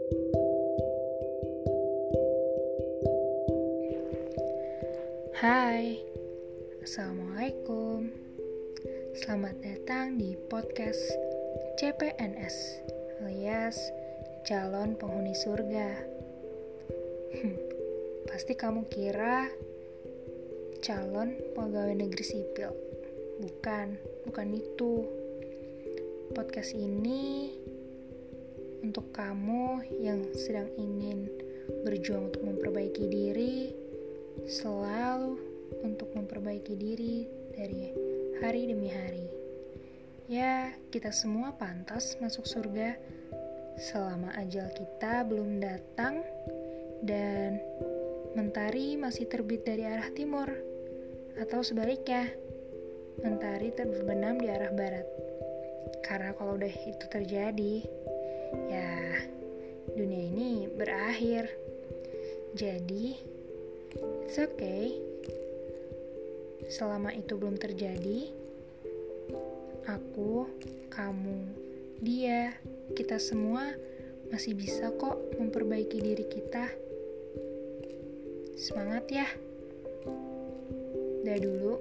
Hai, Assalamualaikum. Selamat datang di podcast CPNS alias calon penghuni surga. Pasti kamu kira calon pegawai negeri sipil. Bukan itu. Podcast ini untuk kamu yang sedang ingin berjuang untuk memperbaiki diri, selalu untuk memperbaiki diri dari hari demi hari. Ya, kita semua pantas masuk surga selama ajal kita belum datang dan mentari masih terbit dari arah timur, atau sebaliknya, mentari terbenam di arah barat. Karena kalau udah itu terjadi, ya dunia ini berakhir. Jadi it's okay. Selama itu belum terjadi, aku, kamu, dia, kita semua masih bisa kok memperbaiki diri kita. Semangat ya. Udah dulu.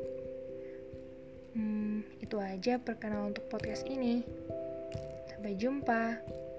Itu aja perkenalan untuk podcast ini. Sampai jumpa.